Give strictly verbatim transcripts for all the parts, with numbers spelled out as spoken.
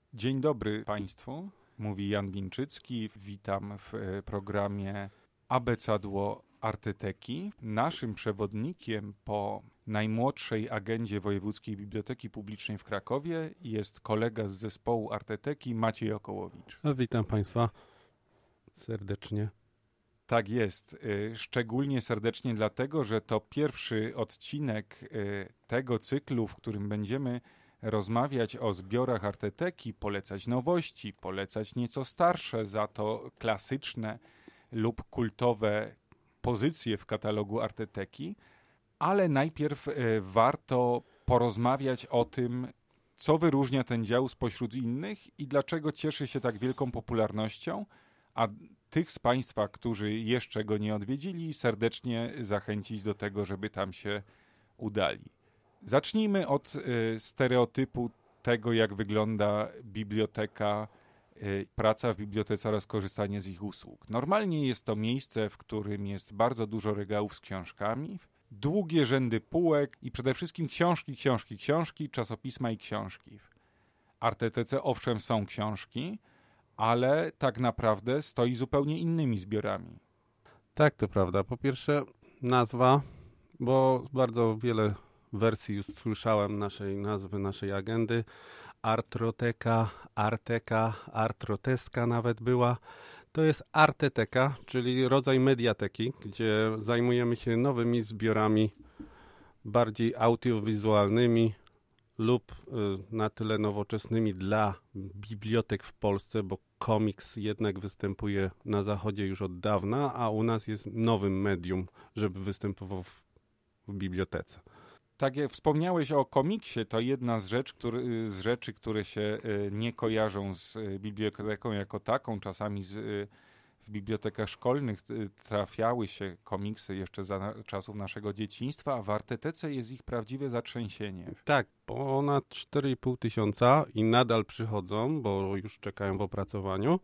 Dzień dobry Państwu, mówi Jan Winczycki. Witam w programie Abecadło Arteteki. Naszym przewodnikiem po najmłodszej agendzie Wojewódzkiej Biblioteki Publicznej w Krakowie jest kolega z zespołu Arteteki Maciej Okołowicz. A witam Państwa serdecznie. Tak jest. Szczególnie serdecznie dlatego, że to pierwszy odcinek tego cyklu, w którym będziemy rozmawiać o zbiorach Arteteki, polecać nowości, polecać nieco starsze, za to klasyczne lub kultowe pozycje w katalogu Arteteki, ale najpierw warto porozmawiać o tym, co wyróżnia ten dział spośród innych i dlaczego cieszy się tak wielką popularnością, a tych z Państwa, którzy jeszcze go nie odwiedzili, serdecznie zachęcić do tego, żeby tam się udali. Zacznijmy od y, stereotypu tego, jak wygląda biblioteka, y, praca w bibliotece oraz korzystanie z ich usług. Normalnie jest to miejsce, w którym jest bardzo dużo regałów z książkami, długie rzędy półek i przede wszystkim książki, książki, książki, czasopisma i książki. W Artetece owszem są książki, ale tak naprawdę stoi zupełnie innymi zbiorami. Tak, to prawda. Po pierwsze nazwa, bo bardzo wiele wersji już słyszałem naszej nazwy, naszej agendy. Artroteka, Arteka, Artroteska nawet była. To jest Arteteka, czyli rodzaj mediateki, gdzie zajmujemy się nowymi zbiorami, bardziej audiowizualnymi lub y, na tyle nowoczesnymi dla bibliotek w Polsce, bo komiks jednak występuje na zachodzie już od dawna, a u nas jest nowym medium, żeby występował w, w bibliotece. Tak jak wspomniałeś o komiksie, to jedna z, rzecz, który, z rzeczy, które się nie kojarzą z biblioteką jako taką. Czasami z, w bibliotekach szkolnych trafiały się komiksy jeszcze za czasów naszego dzieciństwa, a w Artetece jest ich prawdziwe zatrzęsienie. Tak, ponad cztery i pół tysiąca i nadal przychodzą, bo już czekają w opracowaniu.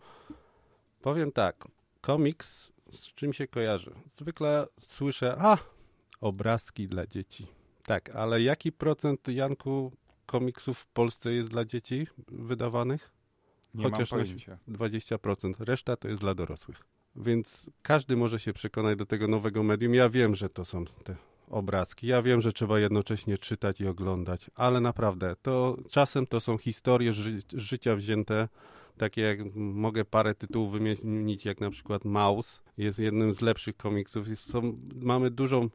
Powiem tak, komiks z czym się kojarzy? Zwykle słyszę, a, obrazki dla dzieci. Tak, ale jaki procent, Janku, komiksów w Polsce jest dla dzieci wydawanych? Nie Chociaż mam pojęcia. dwadzieścia procent. Reszta to jest dla dorosłych. Więc każdy może się przekonać do tego nowego medium. Ja wiem, że to są te obrazki. Ja wiem, że trzeba jednocześnie czytać i oglądać, ale naprawdę, to czasem to są historie ży- życia wzięte, takie jak mogę parę tytułów wymienić, jak na przykład Maus. Jest jednym z lepszych komiksów. Jest, są, mamy dużo,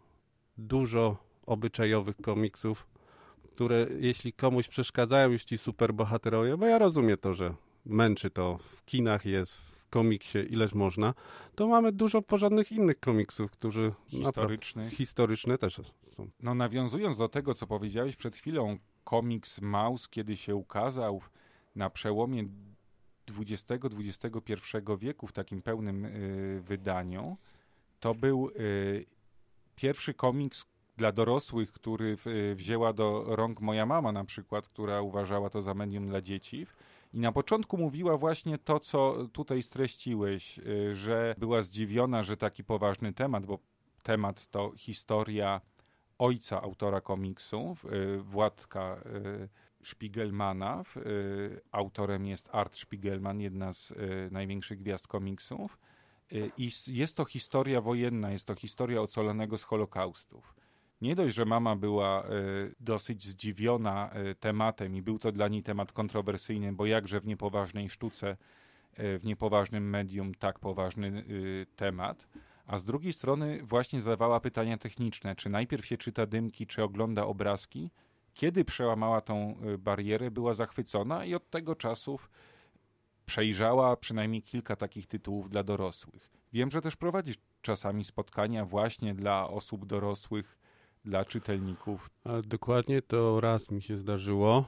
dużo obyczajowych komiksów, które jeśli komuś przeszkadzają już ci superbohaterowie, bo ja rozumiem to, że męczy to, w kinach jest, w komiksie ileż można, to mamy dużo porządnych innych komiksów, którzy historycznych. Naprawdę, historyczne też są. No nawiązując do tego, co powiedziałeś przed chwilą, komiks Maus, kiedy się ukazał na przełomie dwudziestego dwudziestego pierwszego wieku w takim pełnym y, wydaniu, to był y, pierwszy komiks dla dorosłych, który w, wzięła do rąk moja mama na przykład, która uważała to za medium dla dzieci. I na początku mówiła właśnie to, co tutaj streściłeś, że była zdziwiona, że taki poważny temat, bo temat to historia ojca autora komiksu, Władka Spiegelmana. Autorem jest Art Spiegelman, jedna z największych gwiazd komiksów. I jest to historia wojenna, jest to historia ocalonego z Holokaustów. Nie dość, że mama była y, dosyć zdziwiona y, tematem i był to dla niej temat kontrowersyjny, bo jakże w niepoważnej sztuce, y, w niepoważnym medium tak poważny y, temat, a z drugiej strony właśnie zadawała pytania techniczne, czy najpierw się czyta dymki, czy ogląda obrazki. Kiedy przełamała tą y, barierę, była zachwycona i od tego czasów przejrzała przynajmniej kilka takich tytułów dla dorosłych. Wiem, że też prowadzisz czasami spotkania właśnie dla osób dorosłych, dla czytelników. A dokładnie to raz mi się zdarzyło.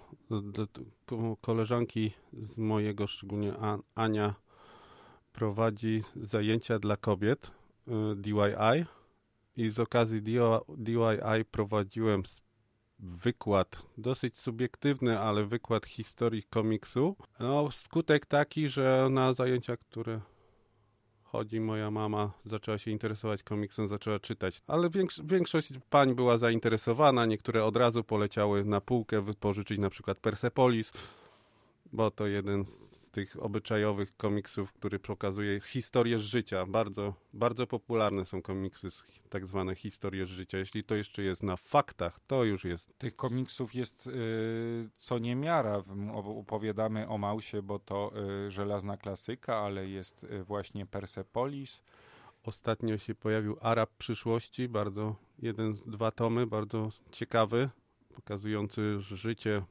Koleżanki z mojego, szczególnie Ania, prowadzi zajęcia dla kobiet D I Y i z okazji D I Y prowadziłem wykład, dosyć subiektywny, ale wykład historii komiksu. No, skutek taki, że na zajęcia, które chodzi moja mama, zaczęła się interesować komiksem, zaczęła czytać. Ale większo- większość pań była zainteresowana, niektóre od razu poleciały na półkę wypożyczyć na przykład Persepolis. bo to jeden z tych obyczajowych komiksów, który pokazuje historię z życia. Bardzo, bardzo popularne są komiksy, z tak zwane historie z życia. Jeśli to jeszcze jest na faktach, to już jest... Tych komiksów jest yy, co niemiara. Opowiadamy o Mausie, bo to yy, żelazna klasyka, ale jest yy, właśnie Persepolis. Ostatnio się pojawił Arab przyszłości, bardzo jeden, dwa tomy, bardzo ciekawy, pokazujący życie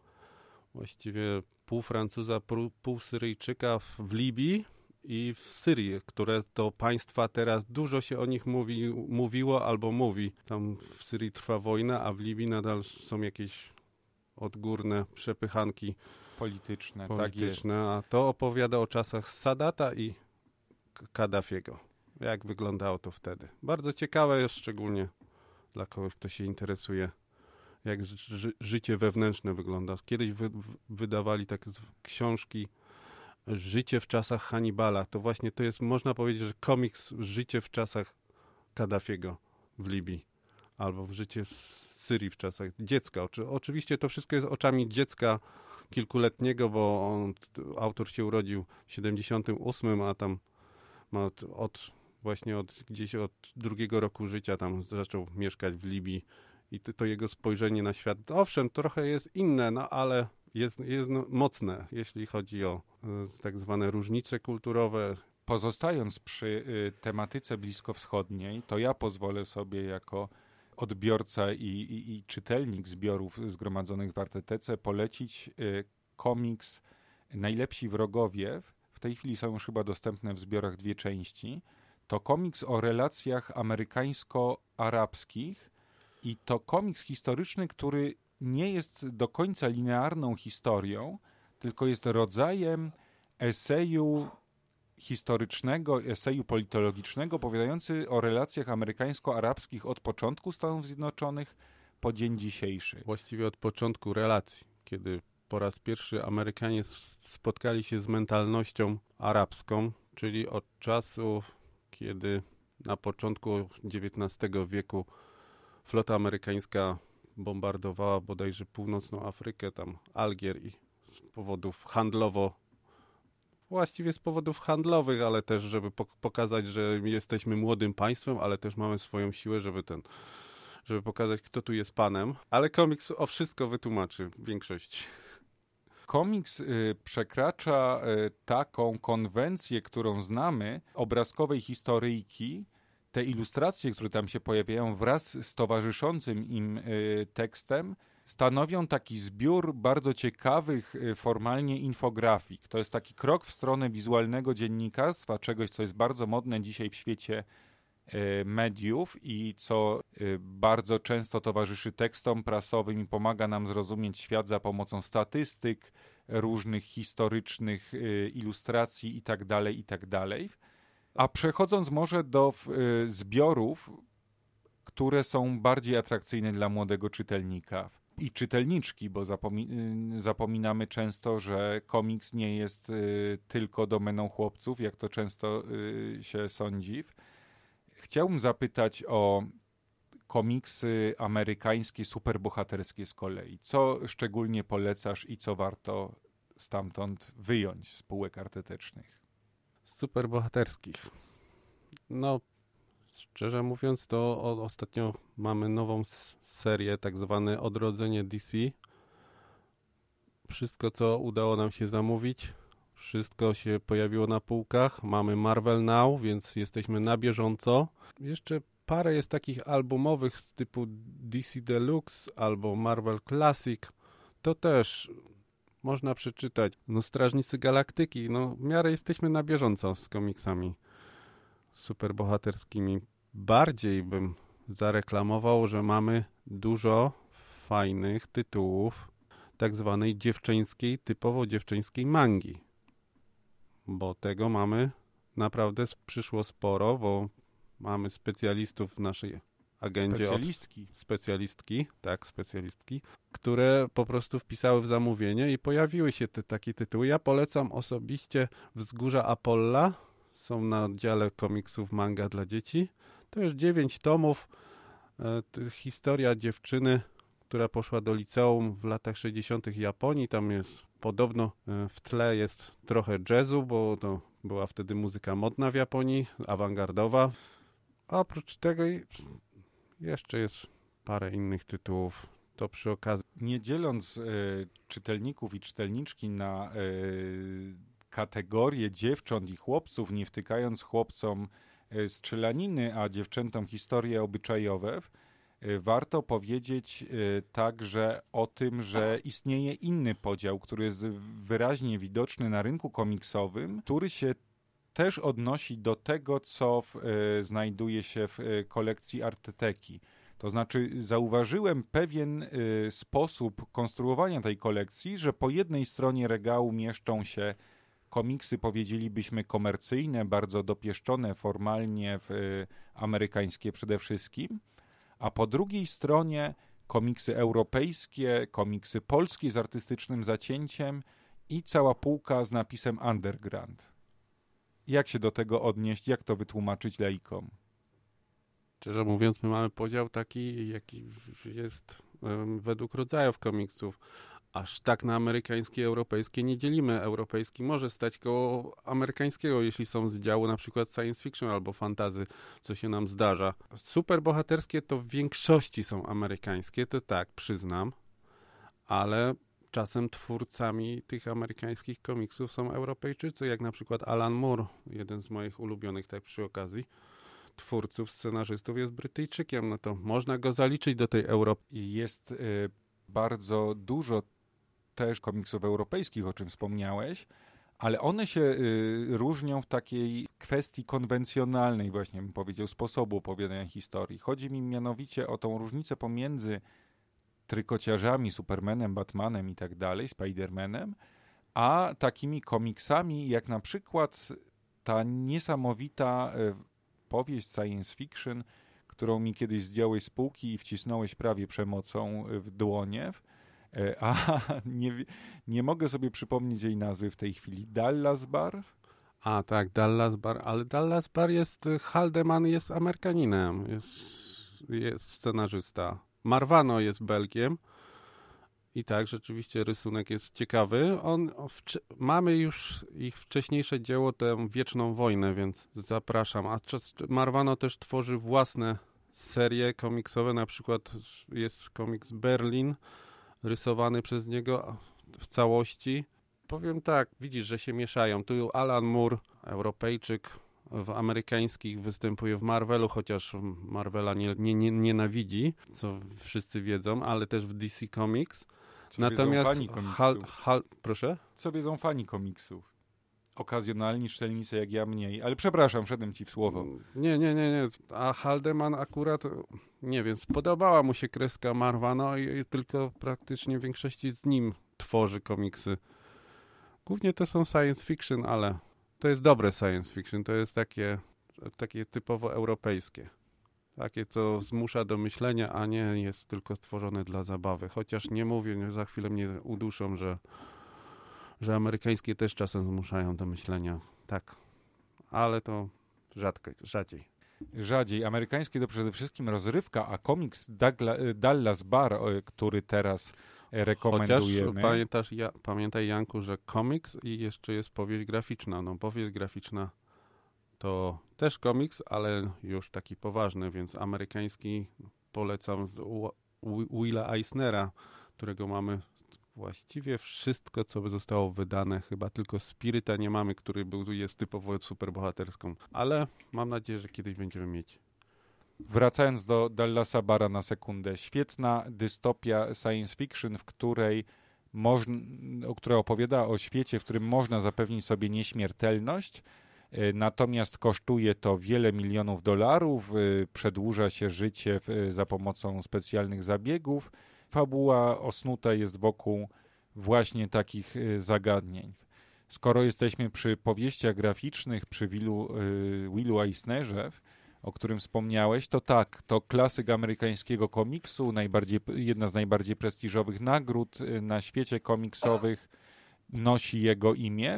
właściwie pół Francuza, pół Syryjczyka w, w Libii i w Syrii, które to państwa teraz dużo się o nich mówi, mówiło albo mówi. Tam w Syrii trwa wojna, a w Libii nadal są jakieś odgórne przepychanki polityczne. polityczne, Tak jest. A to opowiada o czasach Sadata i Kaddafiego. Jak wyglądało to wtedy. Bardzo ciekawe jest, szczególnie dla kogoś, kto się interesuje, jak ży- życie wewnętrzne wygląda. Kiedyś wy- wydawali takie książki Życie w czasach Hannibala. To właśnie to jest, można powiedzieć, że komiks Życie w czasach Kaddafiego w Libii. Albo Życie w Syrii w czasach dziecka. Oczy- oczywiście to wszystko jest oczami dziecka kilkuletniego, bo on, autor się urodził w siedemdziesiątym ósmym, a tam ma od, od właśnie od gdzieś od drugiego roku życia tam zaczął mieszkać w Libii i to, to jego spojrzenie na świat, owszem, trochę jest inne, no ale jest, jest no, mocne, jeśli chodzi o y, tak zwane różnice kulturowe. Pozostając przy y, tematyce bliskowschodniej, to ja pozwolę sobie jako odbiorca i, i, i czytelnik zbiorów zgromadzonych w Artetece polecić y, komiks Najlepsi Wrogowie. W tej chwili są już chyba dostępne w zbiorach dwie części. To komiks o relacjach amerykańsko-arabskich i to komiks historyczny, który nie jest do końca linearną historią, tylko jest rodzajem eseju historycznego, eseju politologicznego opowiadający o relacjach amerykańsko-arabskich od początku Stanów Zjednoczonych po dzień dzisiejszy. Właściwie od początku relacji, kiedy po raz pierwszy Amerykanie spotkali się z mentalnością arabską, czyli od czasu, kiedy na początku dziewiętnastego wieku flota amerykańska bombardowała bodajże północną Afrykę, tam Algier i z powodów handlowo, właściwie z powodów handlowych, ale też, żeby pokazać, że jesteśmy młodym państwem, ale też mamy swoją siłę, żeby ten, żeby pokazać, kto tu jest panem. Ale komiks o wszystko wytłumaczy w większości. Komiks y, przekracza y, taką konwencję, którą znamy, obrazkowej historyjki. Te ilustracje, które tam się pojawiają wraz z towarzyszącym im y, tekstem, stanowią taki zbiór bardzo ciekawych y, formalnie infografik. To jest taki krok w stronę wizualnego dziennikarstwa, czegoś, co jest bardzo modne dzisiaj w świecie y, mediów i co y, bardzo często towarzyszy tekstom prasowym i pomaga nam zrozumieć świat za pomocą statystyk, różnych historycznych y, ilustracji itd., itd. A przechodząc może do y, zbiorów, które są bardziej atrakcyjne dla młodego czytelnika i czytelniczki, bo zapomi- y, zapominamy często, że komiks nie jest y, tylko domeną chłopców, jak to często y, się sądzi. Chciałbym zapytać o komiksy amerykańskie, superbohaterskie z kolei. Co szczególnie polecasz i co warto stamtąd wyjąć z półek artetecznych? Superbohaterskich. No, szczerze mówiąc, to o, ostatnio mamy nową s- serię, tak zwane Odrodzenie D C. Wszystko, co udało nam się zamówić, wszystko się pojawiło na półkach. Mamy Marvel Now, więc jesteśmy na bieżąco. Jeszcze parę jest takich albumowych z typu D C Deluxe albo Marvel Classic. To też można przeczytać. No, Strażnicy Galaktyki. No, w miarę jesteśmy na bieżąco z komiksami superbohaterskimi. Bardziej bym zareklamował, że mamy dużo fajnych tytułów tak zwanej dziewczyńskiej, typowo dziewczyńskiej mangi. Bo tego mamy naprawdę przyszło sporo, bo mamy specjalistów w naszej agendzie. Specjalistki. Od, specjalistki, tak, specjalistki, które po prostu wpisały w zamówienie i pojawiły się te takie tytuły. Ja polecam osobiście Wzgórza Apolla. Są na dziale komiksów manga dla dzieci. To już dziewięć tomów. E, historia dziewczyny, która poszła do liceum w latach sześćdziesiątych Japonii. Tam jest Podobno w tle jest trochę jazzu, bo to była wtedy muzyka modna w Japonii, awangardowa. A oprócz tego jeszcze jest parę innych tytułów. To przy okazji. Nie dzieląc y, czytelników i czytelniczki na y, kategorie dziewcząt i chłopców, nie wtykając chłopcom y, strzelaniny, a dziewczętom historie obyczajowe, y, warto powiedzieć y, także o tym, że istnieje inny podział, który jest wyraźnie widoczny na rynku komiksowym, który się też odnosi do tego, co w, y, znajduje się w y, kolekcji Arteteki. To znaczy zauważyłem pewien y, sposób konstruowania tej kolekcji, że po jednej stronie regału mieszczą się komiksy, powiedzielibyśmy, komercyjne, bardzo dopieszczone formalnie, w, y, amerykańskie przede wszystkim, a po drugiej stronie komiksy europejskie, komiksy polskie z artystycznym zacięciem i cała półka z napisem Underground. Jak się do tego odnieść, jak to wytłumaczyć laikom? Szczerze mówiąc, my mamy podział taki, jaki jest um, według rodzajów komiksów. Aż tak na amerykańskie i europejskie nie dzielimy. Europejski może stać koło amerykańskiego, jeśli są z działu na przykład science fiction albo fantasy, co się nam zdarza. Superbohaterskie to w większości są amerykańskie, to tak, przyznam, ale czasem twórcami tych amerykańskich komiksów są Europejczycy, jak na przykład Alan Moore, jeden z moich ulubionych, tak przy okazji, twórców, scenarzystów jest Brytyjczykiem, no to można go zaliczyć do tej Europy. I jest y, bardzo dużo też komiksów europejskich, o czym wspomniałeś, ale one się y, różnią w takiej kwestii konwencjonalnej, właśnie bym powiedział, sposobu opowiadania historii. Chodzi mi mianowicie o tą różnicę pomiędzy trykociarzami, Supermanem, Batmanem i tak dalej, Spidermanem, a takimi komiksami jak na przykład ta niesamowita y, powieść science fiction, którą mi kiedyś zdjąłeś z półki i wcisnąłeś prawie przemocą w dłonie, a nie, nie mogę sobie przypomnieć jej nazwy w tej chwili. Dallas Bar? A tak, Dallas Bar, ale Dallas Bar jest, Haldeman jest Amerykaninem, jest, jest scenarzysta. Marvano jest Belgiem. I tak, rzeczywiście rysunek jest ciekawy. On, wcze- mamy już ich wcześniejsze dzieło, tę Wieczną Wojnę, więc zapraszam. A czas, Marvano też tworzy własne serie komiksowe, na przykład jest komiks Berlin, rysowany przez niego w całości. Powiem tak, widzisz, że się mieszają. Tu Alan Moore, Europejczyk, w amerykańskich występuje w Marvelu, chociaż Marvela nie, nie, nie, nienawidzi, co wszyscy wiedzą, ale też w D C Comics. Co Natomiast wiedzą fani komiksów? Hal, hal, proszę? Co wiedzą fani komiksów? Okazjonalni czytelnicy jak ja mniej. Ale przepraszam, wszedłem ci w słowo. Nie, nie, nie, nie. A Haldeman akurat, nie wiem, spodobała mu się kreska Marvano i, i tylko praktycznie w większości z nim tworzy komiksy. Głównie to są science fiction, ale to jest dobre science fiction. To jest takie, takie typowo europejskie. Takie, co zmusza do myślenia, a nie jest tylko stworzone dla zabawy. Chociaż nie mówię, za chwilę mnie uduszą, że, że amerykańskie też czasem zmuszają do myślenia. Tak, ale to rzadko, rzadziej. Rzadziej. Amerykańskie to przede wszystkim rozrywka, a komiks Dougla, Dallas Bar, który teraz rekomendujemy. Chociaż pamiętasz, ja, pamiętaj, Janku, że komiks i jeszcze jest powieść graficzna. No, powieść graficzna to też komiks, ale już taki poważny, więc amerykański polecam z Willa Eisnera, którego mamy właściwie wszystko, co by zostało wydane. Chyba tylko Spiryta nie mamy, który był, jest typowo superbohaterską. Ale mam nadzieję, że kiedyś będziemy mieć. Wracając do Dallasa Bara na sekundę. Świetna dystopia science fiction, w której można, która opowiada o świecie, w którym można zapewnić sobie nieśmiertelność, natomiast kosztuje to wiele milionów dolarów, przedłuża się życie za pomocą specjalnych zabiegów. Fabuła osnuta jest wokół właśnie takich zagadnień. Skoro jesteśmy przy powieściach graficznych, przy Willu, Willu Eisnerze, o którym wspomniałeś, to tak, to klasyk amerykańskiego komiksu, najbardziej, jedna z najbardziej prestiżowych nagród na świecie komiksowych nosi jego imię.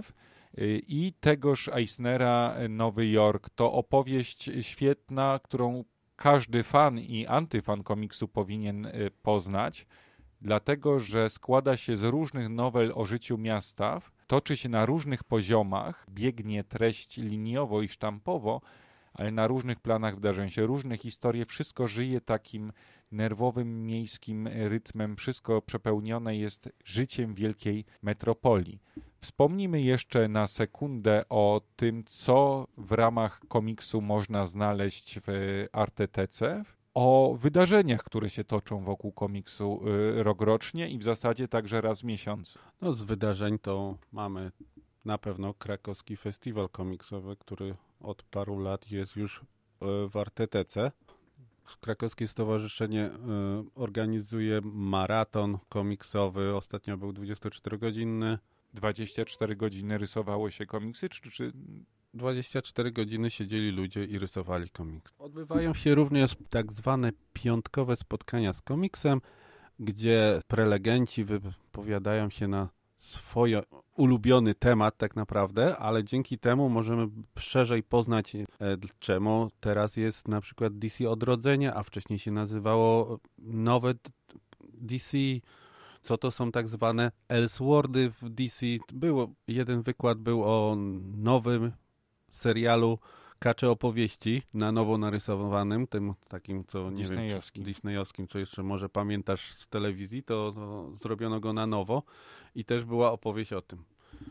I tegoż Eisnera Nowy Jork to opowieść świetna, którą każdy fan i antyfan komiksu powinien poznać. dlatego że składa się z różnych nowel o życiu miasta, toczy się na różnych poziomach, biegnie treść liniowo i sztampowo, ale na różnych planach wydarzają się różne historie, wszystko żyje takim nerwowym, miejskim rytmem, wszystko przepełnione jest życiem wielkiej metropolii. Wspomnijmy jeszcze na sekundę o tym, co w ramach komiksu można znaleźć w Artetece, o wydarzeniach, które się toczą wokół komiksu rokrocznie i w zasadzie także raz w miesiącu. No z wydarzeń to mamy na pewno krakowski festiwal komiksowy, który od paru lat jest już w Artetece. Krakowskie Stowarzyszenie organizuje maraton komiksowy. Ostatnio był dwudziestoczterogodzinny. dwadzieścia cztery godziny rysowało się komiksy? Czy, czy... dwadzieścia cztery godziny siedzieli ludzie i rysowali komiks. Odbywają się również tak zwane piątkowe spotkania z komiksem, gdzie prelegenci wypowiadają się na swój ulubiony temat tak naprawdę, ale dzięki temu możemy szerzej poznać, e, czemu teraz jest na przykład D C Odrodzenie, a wcześniej się nazywało nowe D C, co to są tak zwane Elseworldy w D C. Było, jeden wykład był o nowym serialu Kacze Opowieści, na nowo narysowanym, tym takim, co nie Disneyowskim. wiem, Disneyowskim, co jeszcze może pamiętasz z telewizji, to, to zrobiono go na nowo i też była opowieść o tym.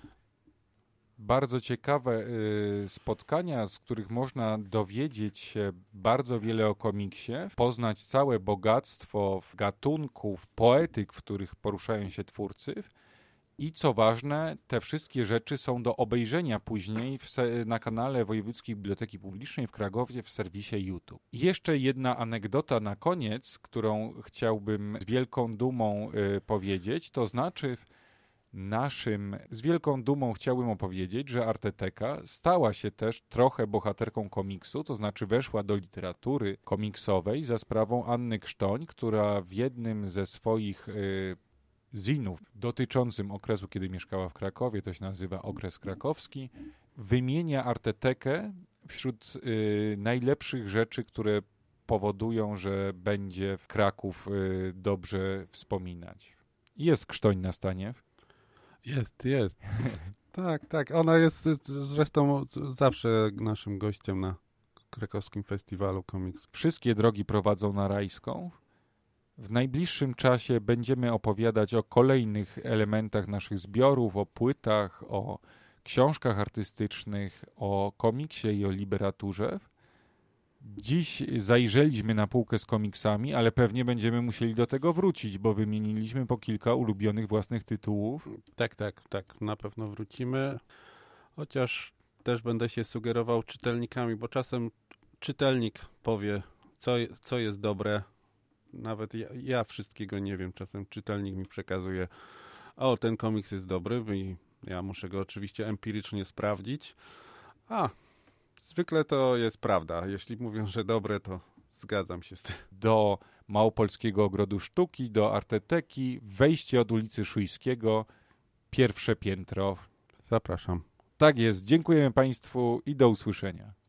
Bardzo ciekawe y, spotkania, z których można dowiedzieć się bardzo wiele o komiksie, poznać całe bogactwo gatunków, poetyk, w których poruszają się twórcy. I co ważne, te wszystkie rzeczy są do obejrzenia później w se- na kanale Wojewódzkiej Biblioteki Publicznej w Krakowie w serwisie YouTube. I jeszcze jedna anegdota na koniec, którą chciałbym z wielką dumą y, powiedzieć, to znaczy naszym, z wielką dumą chciałbym opowiedzieć, że Arteteka stała się też trochę bohaterką komiksu, to znaczy weszła do literatury komiksowej za sprawą Anny Krztoń, która w jednym ze swoich y, zinów dotyczącym okresu, kiedy mieszkała w Krakowie, to się nazywa Okres Krakowski, wymienia Artetekę wśród y, najlepszych rzeczy, które powodują, że będzie w Kraków y, dobrze wspominać. Jest Krztoń na stanie. Jest, jest. Tak, tak. Ona jest zresztą zawsze naszym gościem na krakowskim festiwalu komiksu. Wszystkie drogi prowadzą na Rajską. W najbliższym czasie będziemy opowiadać o kolejnych elementach naszych zbiorów, o płytach, o książkach artystycznych, o komiksie i o literaturze. Dziś zajrzeliśmy na półkę z komiksami, ale pewnie będziemy musieli do tego wrócić, bo wymieniliśmy po kilka ulubionych własnych tytułów. Tak, tak, tak. Na pewno wrócimy. Chociaż też będę się sugerował czytelnikami, bo czasem czytelnik powie, co, co jest dobre. Nawet ja, ja wszystkiego nie wiem. Czasem czytelnik mi przekazuje, o, ten komiks jest dobry i ja muszę go oczywiście empirycznie sprawdzić. A, zwykle to jest prawda. Jeśli mówią, że dobre, to zgadzam się z tym. Do Małopolskiego Ogrodu Sztuki, do Arteteki, wejście od ulicy Szujskiego, pierwsze piętro. Zapraszam. Tak jest. Dziękujemy Państwu i do usłyszenia.